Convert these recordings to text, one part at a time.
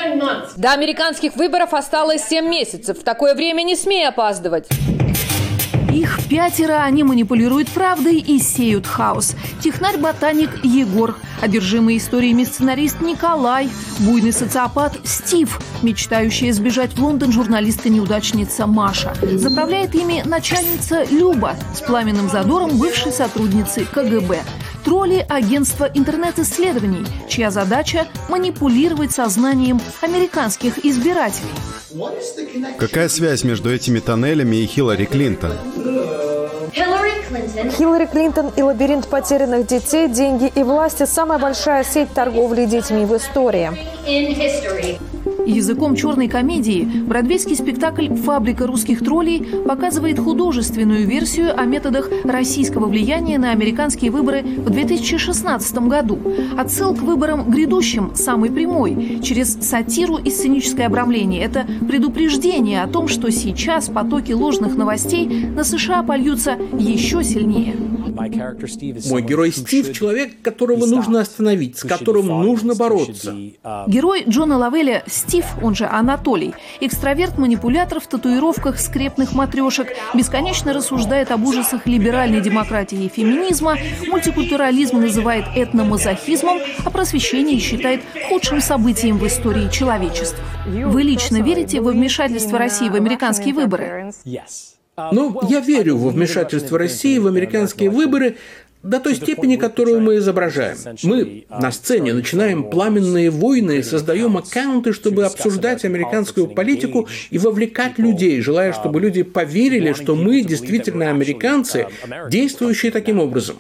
До американских выборов осталось 7 месяцев. В такое время не смей опаздывать. Их 5, они манипулируют правдой и сеют хаос. Технарь-ботаник Егор, одержимый историями сценарист Николай, буйный социопат Стив, мечтающая сбежать в Лондон журналистка-неудачница Маша. Заправляет ими начальница Люба, с пламенным задором бывшей сотрудницы КГБ. Тролли – агентство интернет-исследований, чья задача – манипулировать сознанием американских избирателей. Какая связь между этими тоннелями и Хиллари Клинтон? Хиллари Клинтон и лабиринт потерянных детей, деньги и власти – самая большая сеть торговли детьми в истории. Языком черной комедии бродвейский спектакль «Фабрика русских троллей» показывает художественную версию о методах российского влияния на американские выборы в 2016 году. Отсыл к выборам грядущим самый прямой, через сатиру и сценическое обрамление. Это предупреждение о том, что сейчас потоки ложных новостей на США польются еще сильнее. Мой герой Стив – человек, которого нужно остановить, с которым нужно бороться. Герой Джона Лавеля Стив, он же Анатолий, экстраверт-манипулятор в татуировках скрепных матрешек, бесконечно рассуждает об ужасах либеральной демократии и феминизма, мультикультурализм называет этномазохизмом, а просвещение считает худшим событием в истории человечества. Вы лично верите во вмешательство России в американские выборы? Ну, я верю во вмешательство России в американские выборы до той степени, которую мы изображаем. Мы на сцене начинаем пламенные войны, создаем аккаунты, чтобы обсуждать американскую политику и вовлекать людей, желая, чтобы люди поверили, что мы действительно американцы, действующие таким образом.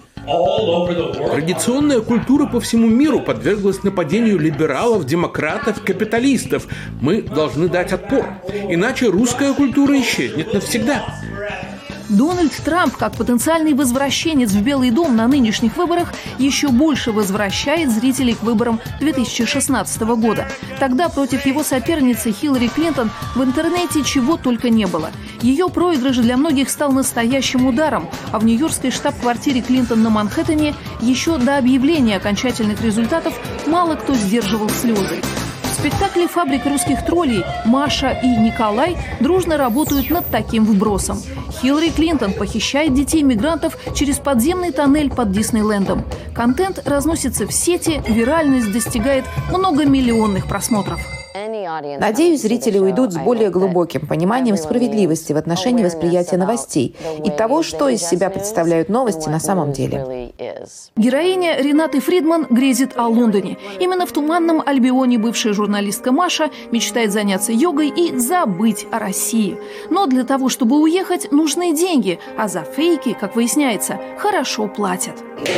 Традиционная культура по всему миру подверглась нападению либералов, демократов, капиталистов. Мы должны дать отпор, иначе русская культура исчезнет навсегда. Дональд Трамп, как потенциальный возвращенец в Белый дом на нынешних выборах, еще больше возвращает зрителей к выборам 2016 года. Тогда против его соперницы Хиллари Клинтон в интернете чего только не было. Ее проигрыш для многих стал настоящим ударом, а в нью-йоркской штаб-квартире Клинтон на Манхэттене еще до объявления окончательных результатов мало кто сдерживал слезы. В спектакле «Фабрика русских троллей» Маша и Николай дружно работают над таким вбросом. Хиллари Клинтон похищает детей-мигрантов через подземный тоннель под Диснейлендом. Контент разносится в сети, виральность достигает многомиллионных просмотров. Надеюсь, зрители уйдут с более глубоким пониманием справедливости в отношении восприятия новостей и того, что из себя представляют новости на самом деле. Героиня Ренаты Фридман грезит о Лондоне. Именно в туманном Альбионе бывшая журналистка Маша мечтает заняться йогой и забыть о России. Но для того, чтобы уехать, нужны деньги, а за фейки, как выясняется, хорошо платят.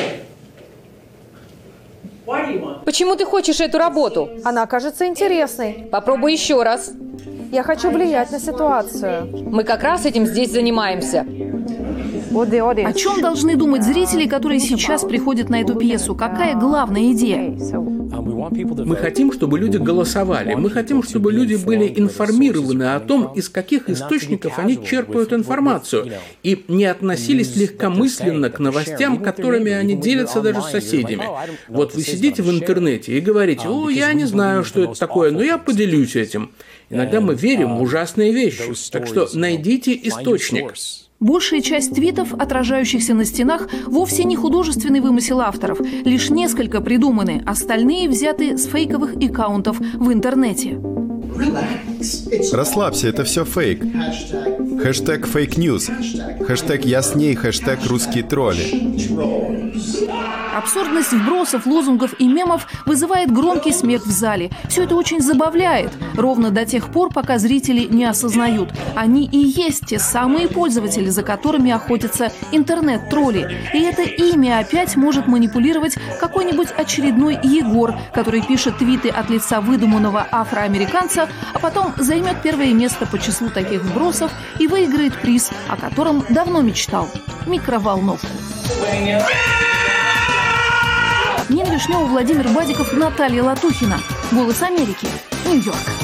Почему ты хочешь эту работу? Она кажется интересной. Попробуй еще раз. Я хочу влиять на ситуацию. Мы как раз этим здесь занимаемся. О чем должны думать зрители, которые сейчас приходят на эту пьесу? Какая главная идея? Мы хотим, чтобы люди голосовали. Мы хотим, чтобы люди были информированы о том, из каких источников они черпают информацию, и не относились легкомысленно к новостям, которыми они делятся даже с соседями. Вот вы сидите в интернете и говорите: «О, я не знаю, что это такое, но я поделюсь этим». Иногда мы верим в ужасные вещи, так что найдите источник. Большая часть твитов, отражающихся на стенах, вовсе не художественный вымысел авторов. Лишь несколько придуманы, остальные взяты с фейковых аккаунтов в интернете. Расслабься, это все фейк. Хэштег фейк-ньюс. Хэштег ясней, хэштег русские тролли. Абсурдность вбросов, лозунгов и мемов вызывает громкий смех в зале. Все это очень забавляет, ровно до тех пор, пока зрители не осознают. Они и есть те самые пользователи, за которыми охотятся интернет-тролли. И это имя опять может манипулировать какой-нибудь очередной Егор, который пишет твиты от лица выдуманного афроамериканца, а потом займет первое место по числу таких вбросов и выиграет приз, о котором давно мечтал – микроволновку. Нина Вишнева, Владимир Бадиков, Наталья Латухина. «Голос Америки», Нью-Йорк.